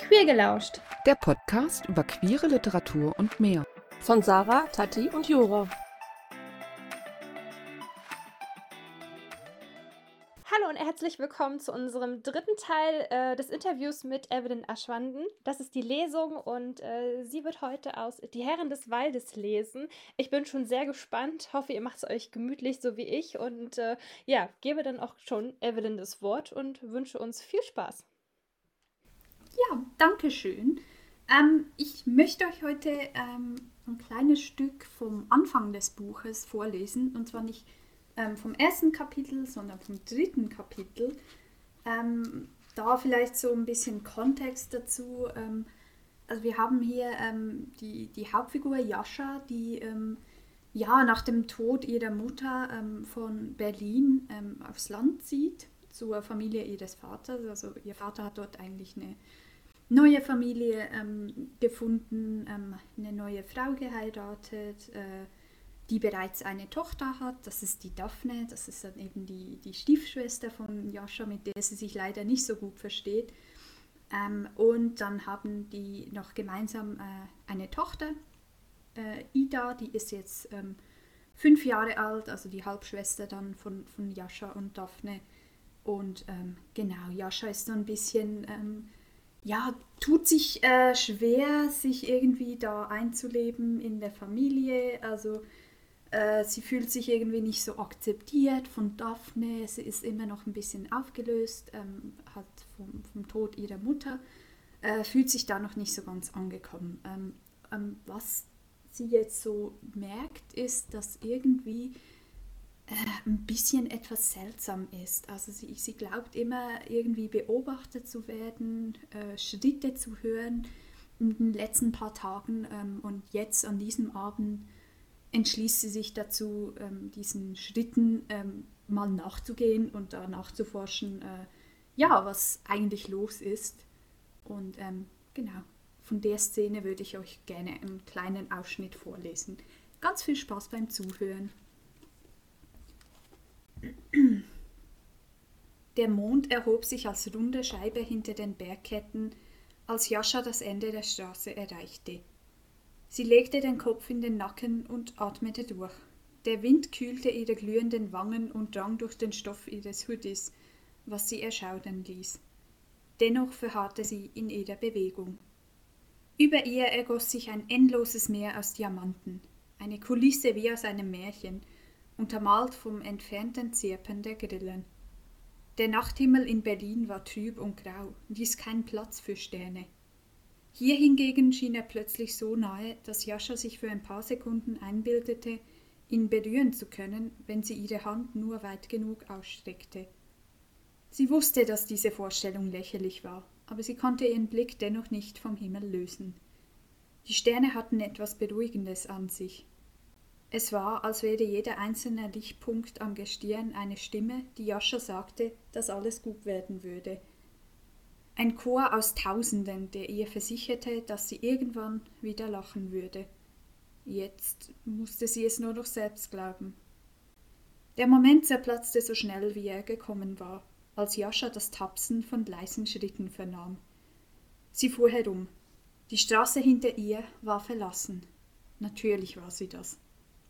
Queergelauscht. Der Podcast über queere Literatur und mehr. Von Sarah, Tati und Jura. Hallo und herzlich willkommen zu unserem dritten Teil des Interviews mit Evelyn Aschwanden. Das ist die Lesung und sie wird heute aus Die Herren des Waldes lesen. Ich bin schon sehr gespannt, hoffe, ihr macht es euch gemütlich, so wie ich. Und gebe dann auch schon Evelyn das Wort und wünsche uns viel Spaß. Ja, danke schön. Ich möchte euch heute ein kleines Stück vom Anfang des Buches vorlesen. Und zwar nicht vom ersten Kapitel, sondern vom dritten Kapitel. Da vielleicht so ein bisschen Kontext dazu. Also wir haben hier die Hauptfigur Jascha, die nach dem Tod ihrer Mutter von Berlin aufs Land zieht, zur Familie ihres Vaters. Also ihr Vater hat dort eigentlich eine neue Familie gefunden, eine neue Frau geheiratet, die bereits eine Tochter hat. Das ist die Daphne, das ist dann eben die Stiefschwester von Jascha, mit der sie sich leider nicht so gut versteht. Und dann haben die noch gemeinsam eine Tochter, Ida, die ist jetzt 5 Jahre alt, also die Halbschwester dann von Jascha und Daphne. Und Jascha ist so ein bisschen... tut sich schwer, sich irgendwie da einzuleben in der Familie. Also sie fühlt sich irgendwie nicht so akzeptiert von Daphne. Sie ist immer noch ein bisschen aufgelöst, hat vom Tod ihrer Mutter, fühlt sich da noch nicht so ganz angekommen. Was sie jetzt so merkt, ist, dass irgendwie ein bisschen etwas seltsam ist. Also sie glaubt immer irgendwie beobachtet zu werden, Schritte zu hören in den letzten paar Tagen und jetzt an diesem Abend entschließt sie sich dazu, diesen Schritten mal nachzugehen und da nachzuforschen, was eigentlich los ist. Und von der Szene würde ich euch gerne einen kleinen Ausschnitt vorlesen. Ganz viel Spaß beim Zuhören. Der Mond erhob sich als runde Scheibe hinter den Bergketten, als Jascha das Ende der Straße erreichte. Sie legte den Kopf in den Nacken und atmete durch. Der Wind kühlte ihre glühenden Wangen und drang durch den Stoff ihres Hoodies, was sie erschaudern ließ. Dennoch verharrte sie in ihrer Bewegung. Über ihr ergoss sich ein endloses Meer aus Diamanten, eine Kulisse wie aus einem Märchen, untermalt vom entfernten Zirpen der Grillen. Der Nachthimmel in Berlin war trüb und grau, ließ keinen Platz für Sterne. Hier hingegen schien er plötzlich so nahe, dass Jascha sich für ein paar Sekunden einbildete, ihn berühren zu können, wenn sie ihre Hand nur weit genug ausstreckte. Sie wusste, dass diese Vorstellung lächerlich war, aber sie konnte ihren Blick dennoch nicht vom Himmel lösen. Die Sterne hatten etwas Beruhigendes an sich. Es war, als wäre jeder einzelne Lichtpunkt am Gestirn eine Stimme, die Jascha sagte, dass alles gut werden würde. Ein Chor aus Tausenden, der ihr versicherte, dass sie irgendwann wieder lachen würde. Jetzt musste sie es nur noch selbst glauben. Der Moment zerplatzte so schnell, wie er gekommen war, als Jascha das Tapsen von leisen Schritten vernahm. Sie fuhr herum. Die Straße hinter ihr war verlassen. Natürlich war sie das.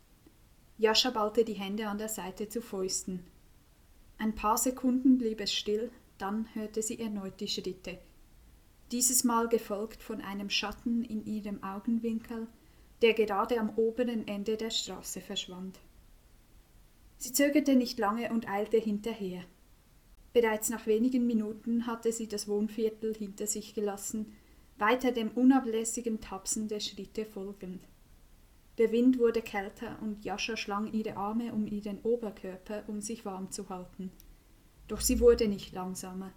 Jascha ballte die Hände an der Seite zu Fäusten. Ein paar Sekunden blieb es still, dann hörte sie erneut die Schritte. Dieses Mal gefolgt von einem Schatten in ihrem Augenwinkel, der gerade am oberen Ende der Straße verschwand. Sie zögerte nicht lange und eilte hinterher. Bereits nach wenigen Minuten hatte sie das Wohnviertel hinter sich gelassen, weiter dem unablässigen Tapsen der Schritte folgend. Der Wind wurde kälter und Jascha schlang ihre Arme um ihren Oberkörper, um sich warm zu halten. Doch sie wurde nicht langsamer.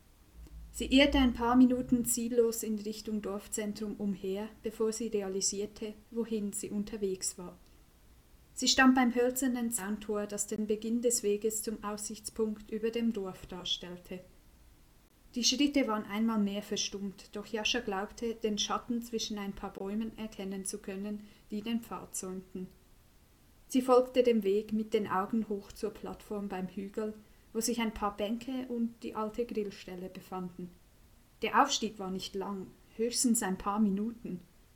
Sie irrte ein paar Minuten ziellos in Richtung Dorfzentrum umher, bevor sie realisierte, wohin sie unterwegs war. Sie stand beim hölzernen Zauntor, das den Beginn des Weges zum Aussichtspunkt über dem Dorf darstellte. Die Schritte waren einmal mehr verstummt, doch Jascha glaubte, den Schatten zwischen ein paar Bäumen erkennen zu können, die den Pfad säumten. Sie folgte dem Weg mit den Augen hoch zur Plattform beim Hügel, wo sich ein paar Bänke und die alte Grillstelle befanden. Der Aufstieg war nicht lang, höchstens ein paar Minuten.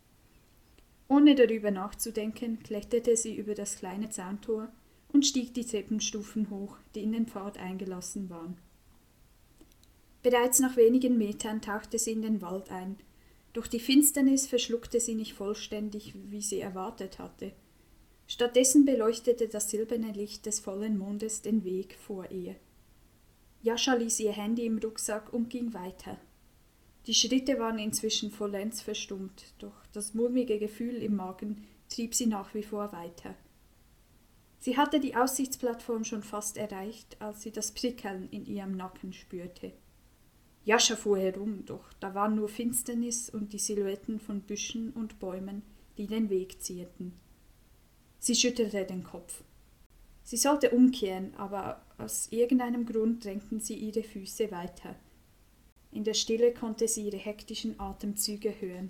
Ohne darüber nachzudenken, kletterte sie über das kleine Zauntor und stieg die Treppenstufen hoch, die in den Pfad eingelassen waren. Bereits nach wenigen Metern tauchte sie in den Wald ein, doch die Finsternis verschluckte sie nicht vollständig, wie sie erwartet hatte. Stattdessen beleuchtete das silberne Licht des vollen Mondes den Weg vor ihr. Jascha ließ ihr Handy im Rucksack und ging weiter. Die Schritte waren inzwischen vollends verstummt, doch das mulmige Gefühl im Magen trieb sie nach wie vor weiter. Sie hatte die Aussichtsplattform schon fast erreicht, als sie das Prickeln in ihrem Nacken spürte. Jascha fuhr herum, doch da war nur Finsternis und die Silhouetten von Büschen und Bäumen, die den Weg zierten. Sie schüttelte den Kopf. Sie sollte umkehren, aber aus irgendeinem Grund drängten sie ihre Füße weiter. In der Stille konnte sie ihre hektischen Atemzüge hören.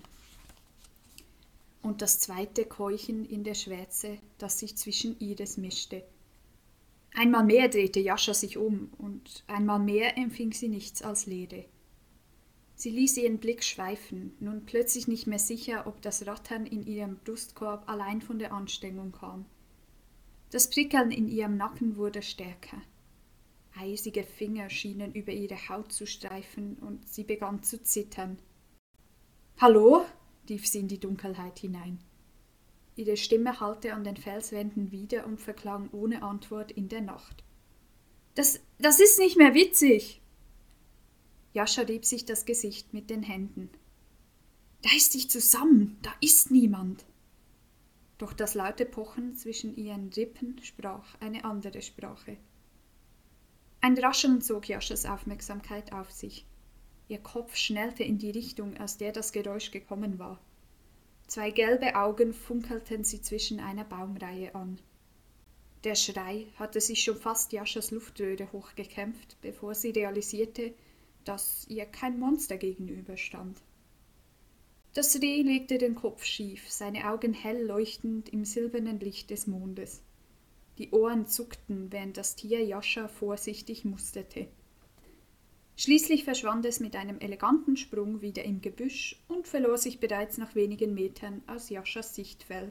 Und das zweite Keuchen in der Schwärze, das sich zwischen ihres mischte. Einmal mehr drehte Jascha sich um, und einmal mehr empfing sie nichts als Leere. Sie ließ ihren Blick schweifen, nun plötzlich nicht mehr sicher, ob das Rattern in ihrem Brustkorb allein von der Anstrengung kam. Das Prickeln in ihrem Nacken wurde stärker. Eisige Finger schienen über ihre Haut zu streifen, und sie begann zu zittern. »Hallo?« rief sie in die Dunkelheit hinein. Ihre Stimme hallte an den Felswänden wider und verklang ohne Antwort in der Nacht. Das ist nicht mehr witzig!« Jascha rieb sich das Gesicht mit den Händen. »Reiß dich zusammen, da ist niemand!« Doch das laute Pochen zwischen ihren Rippen sprach eine andere Sprache. Ein Rascheln zog Jaschas Aufmerksamkeit auf sich. Ihr Kopf schnellte in die Richtung, aus der das Geräusch gekommen war. 2 gelbe Augen funkelten sie zwischen einer Baumreihe an. Der Schrei hatte sich schon fast Jaschas Luftröhre hochgekämpft, bevor sie realisierte, dass ihr kein Monster gegenüberstand. Das Reh legte den Kopf schief, seine Augen hell leuchtend im silbernen Licht des Mondes. Die Ohren zuckten, während das Tier Jascha vorsichtig musterte. Schließlich verschwand es mit einem eleganten Sprung wieder im Gebüsch und verlor sich bereits nach wenigen Metern aus Jaschas Sichtfeld.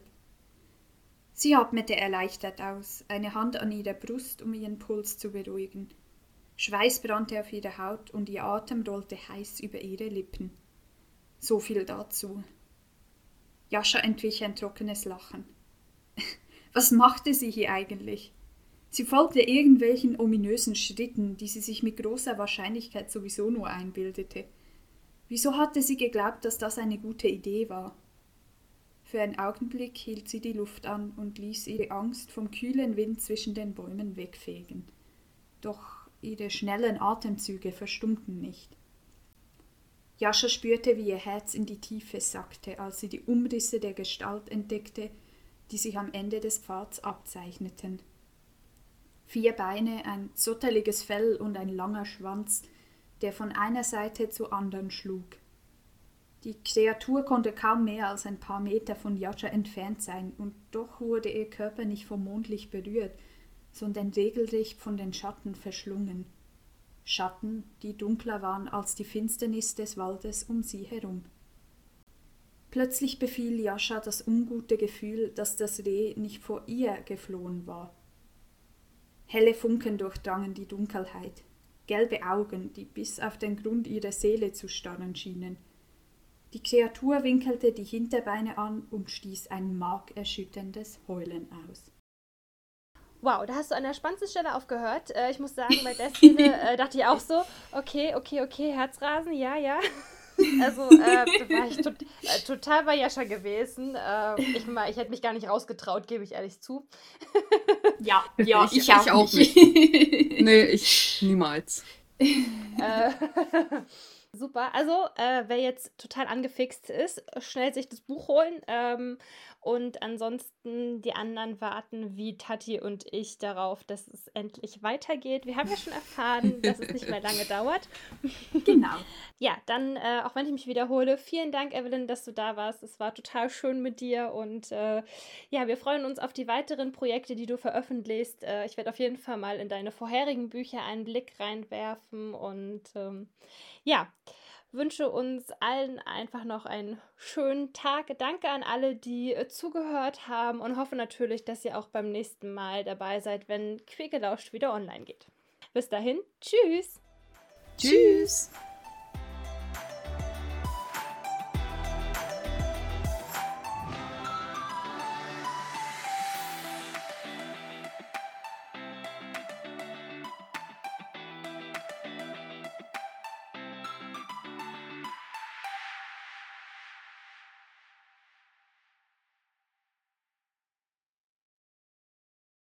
Sie atmete erleichtert aus, eine Hand an ihrer Brust, um ihren Puls zu beruhigen. Schweiß brannte auf ihrer Haut und ihr Atem rollte heiß über ihre Lippen. So viel dazu. Jascha entwich ein trockenes Lachen. Was machte sie hier eigentlich? Sie folgte irgendwelchen ominösen Schritten, die sie sich mit großer Wahrscheinlichkeit sowieso nur einbildete. Wieso hatte sie geglaubt, dass das eine gute Idee war? Für einen Augenblick hielt sie die Luft an und ließ ihre Angst vom kühlen Wind zwischen den Bäumen wegfegen. Doch ihre schnellen Atemzüge verstummten nicht. Jascha spürte, wie ihr Herz in die Tiefe sackte, als sie die Umrisse der Gestalt entdeckte, die sich am Ende des Pfads abzeichneten. 4 Beine, ein zotteliges Fell und ein langer Schwanz, der von einer Seite zur anderen schlug. Die Kreatur konnte kaum mehr als ein paar Meter von Jascha entfernt sein, und doch wurde ihr Körper nicht vom Mondlicht berührt, sondern regelrecht von den Schatten verschlungen. Schatten, die dunkler waren als die Finsternis des Waldes um sie herum. Plötzlich befiel Jascha das ungute Gefühl, dass das Reh nicht vor ihr geflohen war. Helle Funken durchdrangen die Dunkelheit, gelbe Augen, die bis auf den Grund ihrer Seele zu starren schienen. Die Kreatur winkelte die Hinterbeine an und stieß ein markerschütterndes Heulen aus. Wow, da hast du an der spannendsten Stelle aufgehört. Ich muss sagen, bei der Szene dachte ich auch so, okay, Herzrasen, ja. Also, da war ich total bei Jascha gewesen. Ich hätte mich gar nicht rausgetraut, gebe ich ehrlich zu. Ja, ich auch nicht. Nee, ich niemals. Super, also wer jetzt total angefixt ist, schnell sich das Buch holen und ansonsten die anderen warten wie Tati und ich darauf, dass es endlich weitergeht. Wir haben ja schon erfahren, dass es nicht mehr lange dauert. Genau. Ja, dann, auch wenn ich mich wiederhole, vielen Dank, Evelyn, dass du da warst. Es war total schön mit dir und ja, wir freuen uns auf die weiteren Projekte, die du veröffentlichst. Ich werde auf jeden Fall mal in deine vorherigen Bücher einen Blick reinwerfen und ja, wünsche uns allen einfach noch einen schönen Tag. Danke an alle, die zugehört haben und hoffe natürlich, dass ihr auch beim nächsten Mal dabei seid, wenn Quergelauscht wieder online geht. Bis dahin, tschüss! Tschüss!